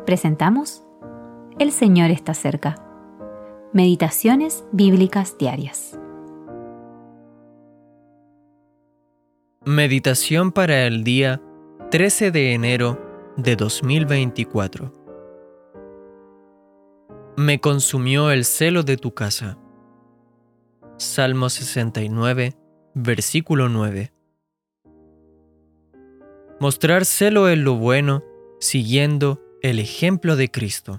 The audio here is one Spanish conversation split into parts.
presentamos El Señor está cerca. Meditaciones bíblicas diarias. Meditación para el día 13 de enero de 2024. Me consumió el celo de tu casa. Salmo 69, versículo 9. Mostrar celo en lo bueno, siguiendo el ejemplo de Cristo.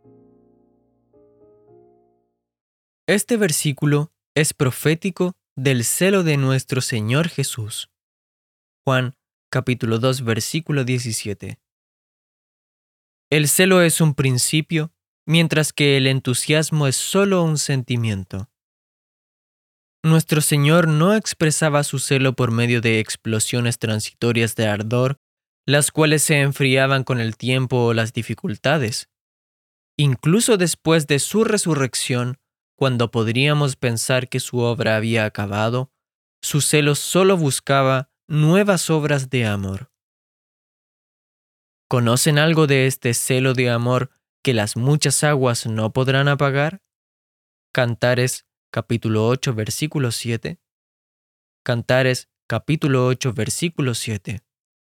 Este versículo es profético del celo de nuestro Señor Jesús. Juan, capítulo 2, versículo 17. El celo es un principio, mientras que el entusiasmo es solo un sentimiento. Nuestro Señor no expresaba su celo por medio de explosiones transitorias de ardor, las cuales se enfriaban con el tiempo o las dificultades. Incluso después de su resurrección, cuando podríamos pensar que su obra había acabado, su celo solo buscaba nuevas obras de amor. ¿Conocen algo de este celo de amor que las muchas aguas no podrán apagar? Cantares, capítulo 8, versículo 7. Cantares, capítulo 8, versículo 7.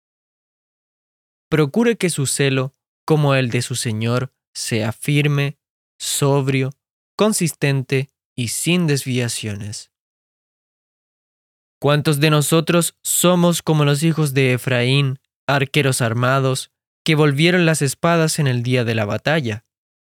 Procure que su celo, como el de su Señor, sea firme, sobrio, consistente y sin desviaciones. ¿Cuántos de nosotros somos como los hijos de Efraín, arqueros armados, que volvieron las espadas en el día de la batalla?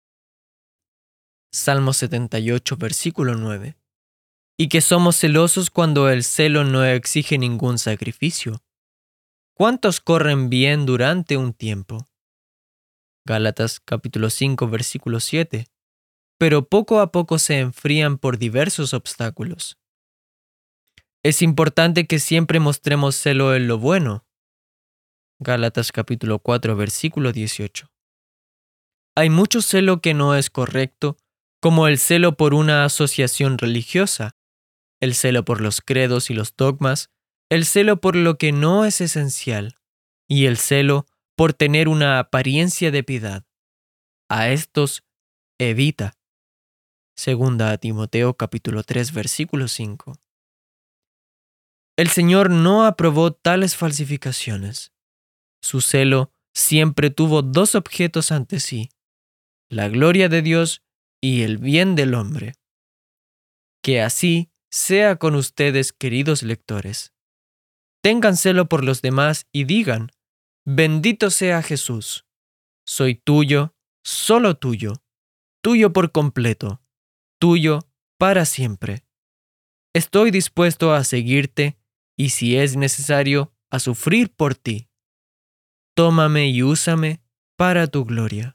Salmo 78, versículo 9. Y que somos celosos cuando el celo no exige ningún sacrificio. ¿Cuántos corren bien durante un tiempo? Gálatas capítulo 5, versículo 7. Pero poco a poco se enfrían por diversos obstáculos. Es importante que siempre mostremos celo en lo bueno. Gálatas capítulo 4, versículo 18. Hay mucho celo que no es correcto, como el celo por una asociación religiosa, el celo por los credos y los dogmas, el celo por lo que no es esencial, y el celo por tener una apariencia de piedad. A estos evita. Segunda a Timoteo capítulo 3, versículo 5. El Señor no aprobó tales falsificaciones. Su celo siempre tuvo dos objetos ante sí: la gloria de Dios y el bien del hombre. Que así sea con ustedes, queridos lectores. Tengan celo por los demás y digan: bendito sea Jesús. Soy tuyo, solo tuyo, tuyo por completo, tuyo para siempre. Estoy dispuesto a seguirte y, si es necesario, a sufrir por ti. Tómame y úsame para tu gloria.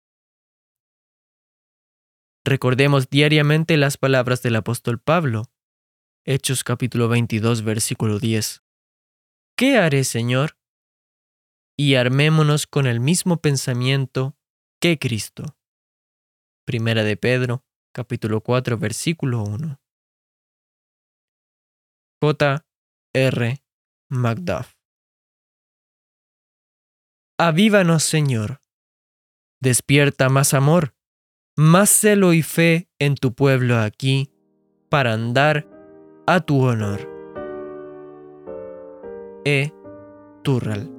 Recordemos diariamente las palabras del apóstol Pablo. Hechos capítulo 22, versículo 10. ¿Qué haré, Señor? Y armémonos con el mismo pensamiento que Cristo. Primera de Pedro, capítulo 4, versículo 1. J. R. Macduff. Avívanos, Señor. Despierta más amor, más celo y fe en tu pueblo aquí, para andar a tu honor. E. Turral.